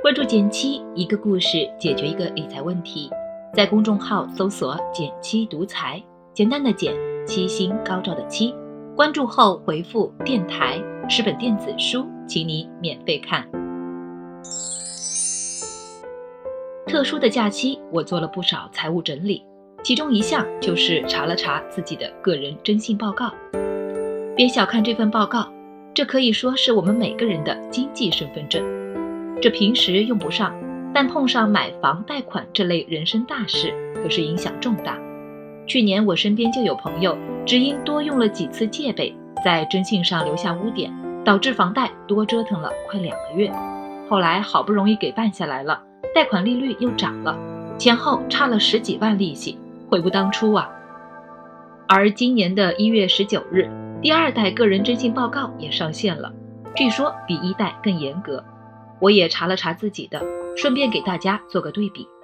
关注减七，一个故事解决一个理财问题。在公众号搜索减七独裁，简单的减，七星高照的七。关注后回复电台，10本电子书，请你免费看。特殊的假期，我做了不少财务整理，其中一项就是查了查自己的个人征信报告。别小看这份报告，这可以说是我们每个人的经济身份证。这平时用不上，但碰上买房贷款这类人生大事，可是影响重大。去年我身边就有朋友只因多用了几次借呗，在征信上留下污点，导致房贷多折腾了快2个月。后来好不容易给办下来了，贷款利率又涨了，前后差了10几万利息，悔不当初啊。而今年的1月19日，第2代个人征信报告也上线了，据说比1代更严格。我也查了查自己的，顺便给大家做个对比。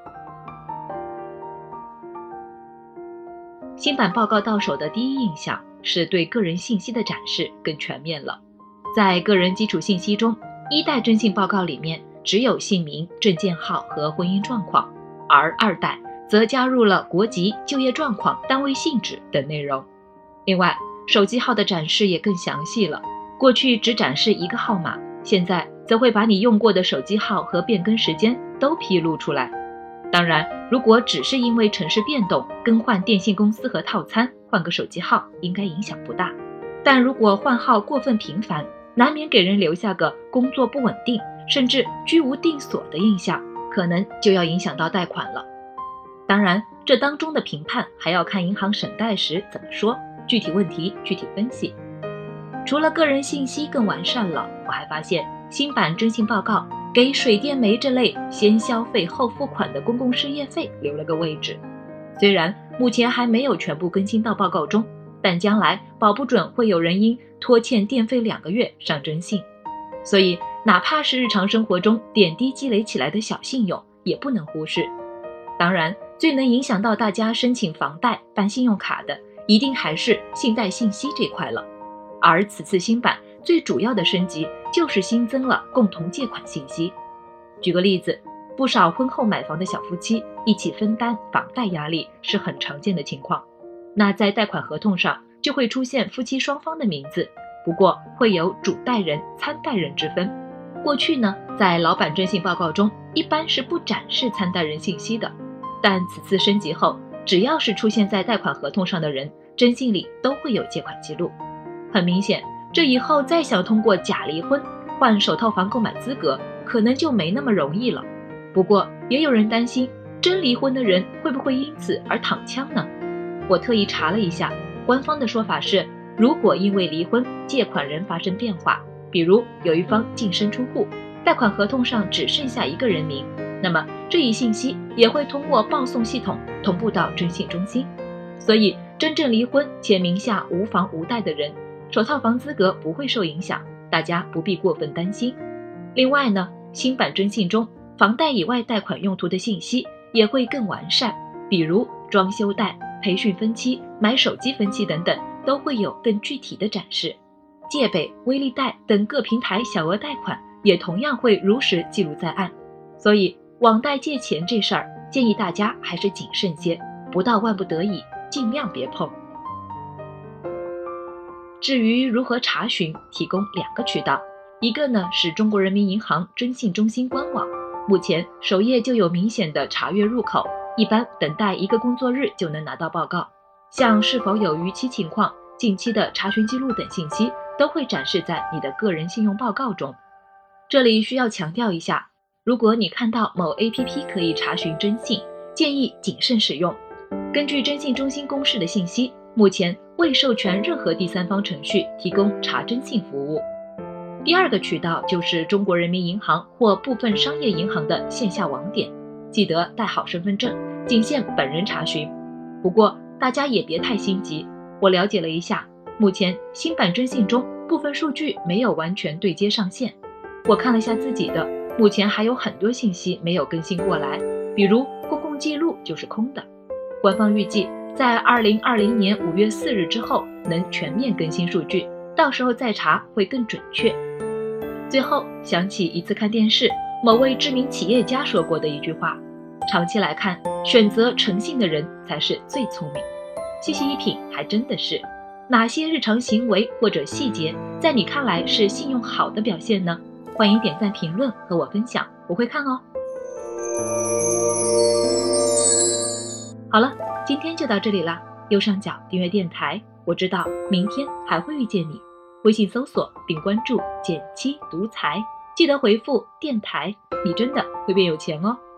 新版报告到手的第一印象是对个人信息的展示更全面了。在个人基础信息中，1代征信报告里面只有姓名、证件号和婚姻状况，而2代则加入了国籍、就业状况、单位性质等内容。另外，手机号的展示也更详细了，过去只展示一个号码，现在则会把你用过的手机号和变更时间都披露出来。当然，如果只是因为城市变动更换电信公司和套餐，换个手机号应该影响不大。但如果换号过分频繁，难免给人留下个工作不稳定甚至居无定所的印象，可能就要影响到贷款了。当然，这当中的评判还要看银行审贷时怎么说，具体问题具体分析。除了个人信息更完善了，我还发现新版征信报告给水电煤这类先消费后付款的公共事业费留了个位置。虽然目前还没有全部更新到报告中，但将来保不准会有人因拖欠电费2个月上征信。所以哪怕是日常生活中点滴积累起来的小信用也不能忽视。当然，最能影响到大家申请房贷、办信用卡的，一定还是信贷信息这块了。而此次新版最主要的升级就是新增了共同借款信息。举个例子，不少婚后买房的小夫妻一起分担房贷压力是很常见的情况。那在贷款合同上就会出现夫妻双方的名字，不过会有主贷人、参贷人之分。过去呢，在老版征信报告中一般是不展示参贷人信息的，但此次升级后，只要是出现在贷款合同上的人，征信里都会有借款记录。很明显，这以后再想通过假离婚换首套房购买资格，可能就没那么容易了。不过也有人担心，真离婚的人会不会因此而躺枪呢？我特意查了一下，官方的说法是，如果因为离婚借款人发生变化，比如有一方净身出户，贷款合同上只剩下一个人名，那么这一信息也会通过报送系统同步到征信中心。所以真正离婚且名下无房无贷的人，首套房资格不会受影响，大家不必过分担心。另外呢，新版征信中房贷以外贷款用途的信息也会更完善，比如装修贷、培训分期、买手机分期等等，都会有更具体的展示。借呗、微利贷等各平台小额贷款也同样会如实记录在案。所以网贷借钱这事儿，建议大家还是谨慎些，不到万不得已尽量别碰。至于如何查询，提供2个渠道，一个呢是中国人民银行征信中心官网，目前首页就有明显的查阅入口，一般等待1个工作日就能拿到报告。像是否有逾期情况、近期的查询记录等信息，都会展示在你的个人信用报告中。这里需要强调一下，如果你看到某 APP 可以查询征信，建议谨慎使用。根据征信中心公示的信息，目前未授权任何第三方程序提供查征信服务。第2个渠道就是中国人民银行或部分商业银行的线下网点，记得带好身份证，仅限本人查询。不过大家也别太心急，我了解了一下，目前新版征信中部分数据没有完全对接上线。我看了下自己的，目前还有很多信息没有更新过来，比如公共记录就是空的。官方预计在2020年5月4日之后能全面更新数据，到时候再查会更准确。最后想起一次看电视， 某位知名企业家说过的一句话：长期来看，选择诚信的人才是最聪明。细细一品，还真的是。哪些日常行为或者细节，在你看来是信用好的表现呢？欢迎点赞评论和我分享，我会看哦。好了，今天就到这里啦。右上角订阅电台，我知道明天还会遇见你。微信搜索并关注减七独裁，记得回复电台，你真的会变有钱哦。